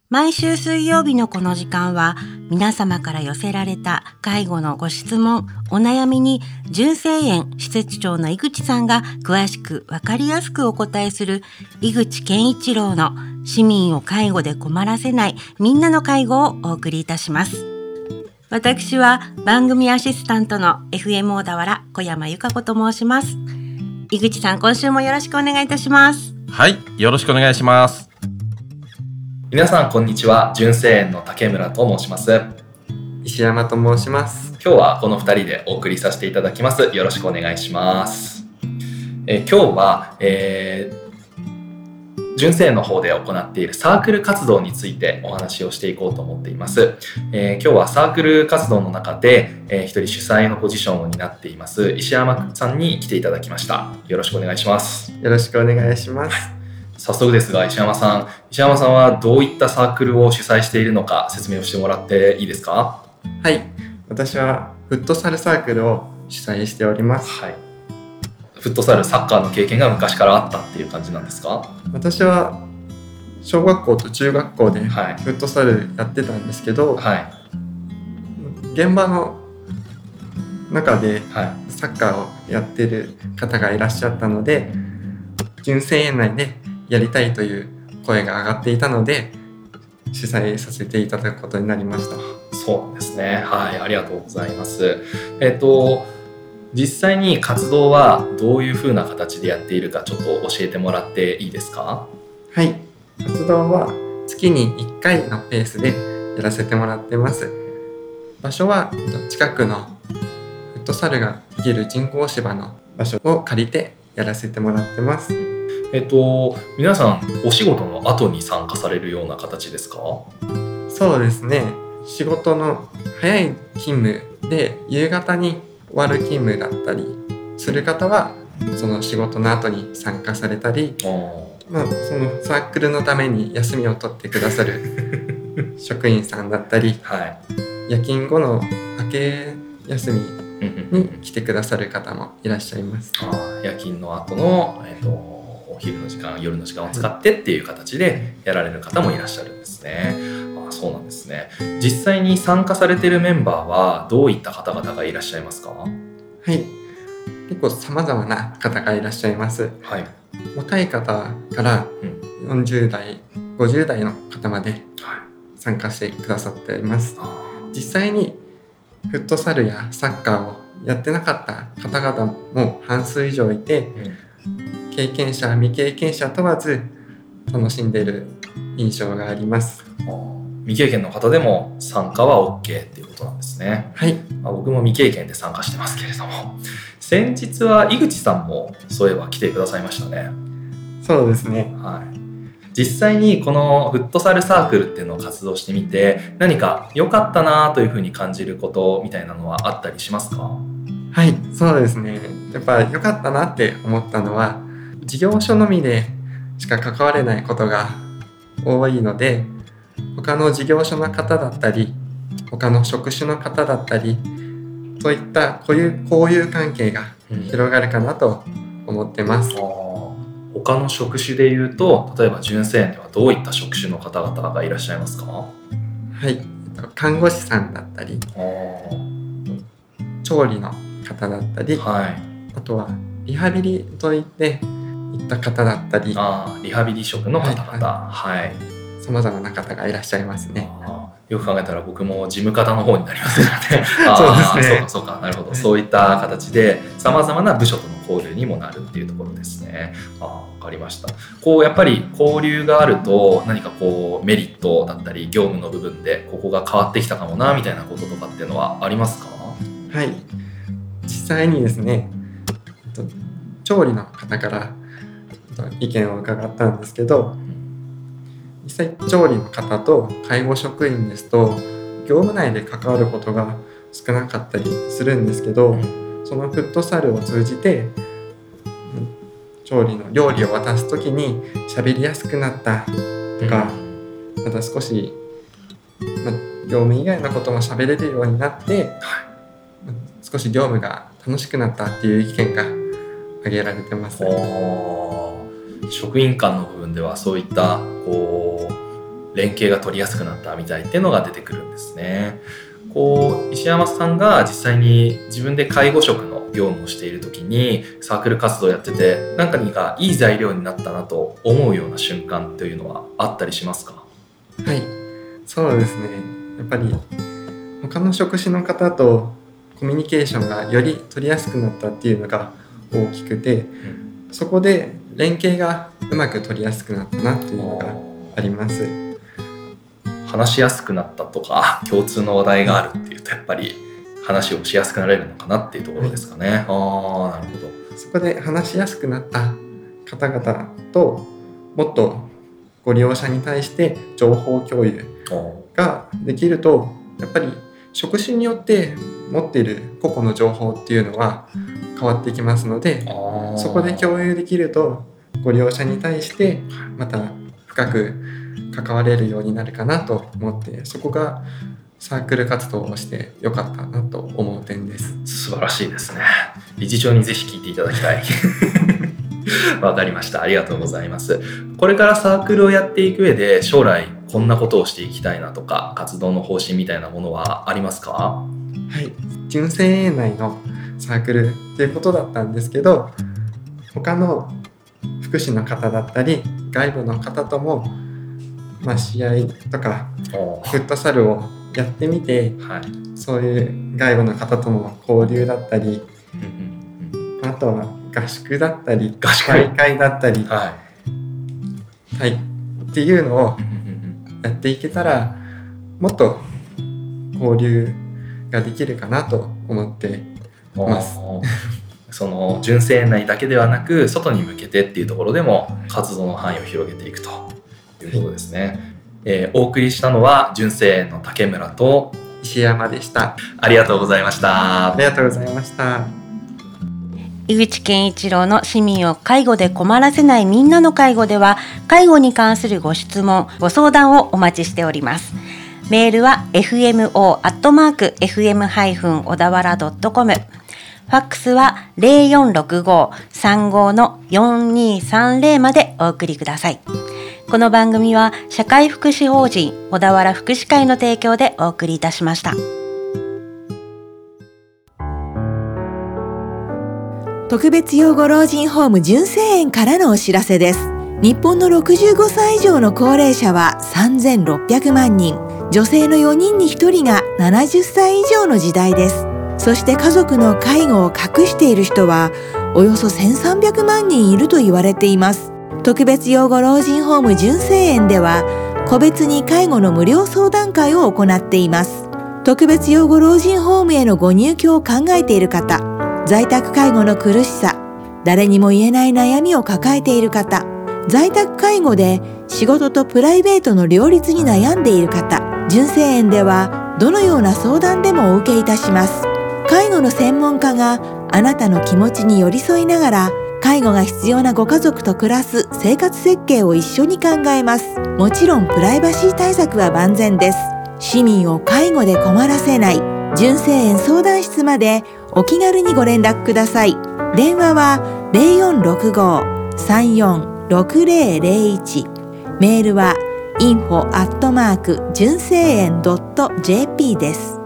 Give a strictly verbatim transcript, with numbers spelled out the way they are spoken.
毎週水曜日のこの時間は皆様から寄せられた介護のご質問、お悩みに純正園施設長の井口さんが詳しくわかりやすくお答えする井口健一郎の市民を介護で困らせないみんなの介護をお送りいたします。私は番組アシスタントの エフエム 大田原小山由香子と申します。井口さん、今週もよろしくお願いいたします。 はい、よろしくお願いします。 皆さんこんにちは。純正園の竹村と申します。 石山と申します。 今日はこのふたりでお送りさせていただきます。よろしくお願いします。えー、今日は、えー、純正園の方で行っているサークル活動についてお話をしていこうと思っています。えー、今日はサークル活動の中で、えー、一人主催のポジションを担っています石山さんに来ていただきました。よろしくお願いします。 よろしくお願いします。 早速ですが、石山さん石山さんはどういったサークルを主催しているのか説明をしてもらっていいですか？ はい、私はフットサルサークルを主催しております。 はい、フットサル、サッカーの経験が昔からあったっていう感じなんですか？ 私は小学校と中学校でフットサルやってたんですけど、はい、現場の中でサッカーをやってる方がいらっしゃったので、純正園内でやりたいという声が上がっていたので主催させていただくことになりました。 そうなんですね。はい、ありがとうございます。えっと実際に活動はどういう風な形でやっているかちょっと教えてもらっていいですか？ はい、活動は月にいっかいのペースでやらせてもらってます。場所は近くのフットサルができる人工芝の場所を借りてやらせてもらってます。 えっと、皆さんお仕事の後に参加されるような形ですか？ そうですね。仕事の早い勤務で夕方に終わる勤務だったりする方はその仕事の後に参加されたり、まあ、そのサークルのために休みを取ってくださる職員さんだったり、はい、夜勤後の明け休みに来てくださる方もいらっしゃいます。 あ、夜勤の後の、えっとお昼の時間、夜の時間を使ってっていう形でやられる方もいらっしゃるんですね。あ、そうなんですね。実際に参加されているメンバーはどういった方々がいらっしゃいますか？ はい、結構様々な方がいらっしゃいます。はい、若い方からよんじゅう代、ごじゅう代の方まで参加してくださっています。実際にフットサルやサッカーをやってなかった方々も半数以上いて、うん、経験者未経験者問わず楽しんでいる印象があります。 未経験の方でも参加は OK っていうことなんですね。 はい、 まあ、僕も未経験で参加してますけれども、先日は井口さんもそういえば来てくださいましたね。 そうですね。 はい、実際にこのフットサルサークルっていうのを活動してみて何か良かったなというふうに感じることみたいなのはあったりしますか？ はい、そうですね。やっぱ良かったなって思ったのは事業所のみでしか関われないことが多いので、他の事業所の方だったり他の職種の方だったりそういったこういう交友関係が広がるかなと思ってます。 うん、他の職種でいうと例えば純正園ではどういった職種の方々がいらっしゃいますか？ はい、看護師さんだったり調理の方だったり、はい、あとはリハビリといっていった方だったり、 あ、リハビリ職の方々、はいはいはい、 様々な方がいらっしゃいますね。 よく考えたら僕も事務方の方になりますからね。 そうですね。 そうかそうか、なるほど、はい、そういった形で様々な部署との交流にもなるっていうところですね。あ、わかりました。こうやっぱり交流があると何かこうメリットだったり業務の部分でここが変わってきたかもなみたいなこととかっていうのはありますか？ はい、実際にですね、調理の方から意見を伺ったんですけど、実際調理の方と介護職員ですと業務内で関わることが少なかったりするんですけど、そのフットサルを通じて調理の料理を渡すときに喋りやすくなったとか、うん、また少し、ま、業務以外のことも喋れるようになって、はい、少し業務が楽しくなったっていう意見が挙げられてます。 職員間の部分ではそういったこう連携が取りやすくなったみたいっていうのが出てくるんですね。こう石山さんが実際に自分で介護職の業務をしている時にサークル活動やってて何かいい材料になったなと思うような瞬間というのはあったりしますか？ はい、そうですね。やっぱり他の職種の方とコミュニケーションがより取りやすくなったっていうのが大きくて、うん、そこで連携がうまく取りやすくなったなっていうのがあります。 話しやすくなったとか共通の話題があるっていうとやっぱり話をしやすくなれるのかなっていうところですかね。はい、ああ、なるほど。 そこで話しやすくなった方々ともっとご利用者に対して情報共有ができると、やっぱり職種によって持っている個々の情報っていうのは変わってきますので、そこで共有できるとご利用者に対してまた深く関われるようになるかなと思って、そこがサークル活動をしてよかったなと思う点です。 素晴らしいですね。理事長にぜひ聞いていただきたい。わかりました。ありがとうございます。これからサークルをやっていく上で将来こんなことをしていきたいなとか活動の方針みたいなものはありますか？ はい、純正園内のサークルっていうことだったんですけど、他の福祉の方だったり外部の方とも、まあ、試合とかフットサルをやってみて、はい、そういう外部の方との交流だったり、うんうん、あとは合宿だったり大会だったり、はい、はい、っていうのをやっていけたらもっと交流ができるかなと思ってます。 その純正園内だけではなく外に向けてっていうところでも活動の範囲を広げていくということですね。はい、えー、お送りしたのは純正園の竹村と石山でした。 ありがとうございました。 ありがとうございました。 井口健一郎の市民を介護で困らせないみんなの介護では、介護に関するご質問ご相談をお待ちしております。メールは エフエムオー アットマーク エフエム 小田原 ドットコム、 ファックスは ゼロよんろくご さんご のよんにさんゼロまでお送りください。この番組は社会福祉法人小田原福祉会の提供でお送りいたしました。 特別養護老人ホーム純正園からのお知らせです。日本のろくじゅうごさい以上の高齢者はさんぜんろっぴゃくまんにん、女性のよにんにひとりがななじゅっさい以上の時代です。そして家族の介護を隠している人はおよそせんさんびゃくまんにんいると言われています。特別養護老人ホーム純正園では個別に介護の無料相談会を行っています。特別養護老人ホームへのご入居を考えている方、在宅介護の苦しさ、誰にも言えない悩みを抱えている方、在宅介護で仕事とプライベートの両立に悩んでいる方、純正園ではどのような相談でもお受けいたします。介護の専門家があなたの気持ちに寄り添いながら介護が必要なご家族と暮らす生活設計を一緒に考えます。もちろんプライバシー対策は万全です。市民を介護で困らせない純正園相談室までお気軽にご連絡ください。電話は ゼロよんろくご さんよんろくゼロゼロいち、メールは インフォ アットマーク 純正園 ドット ジェーピー です。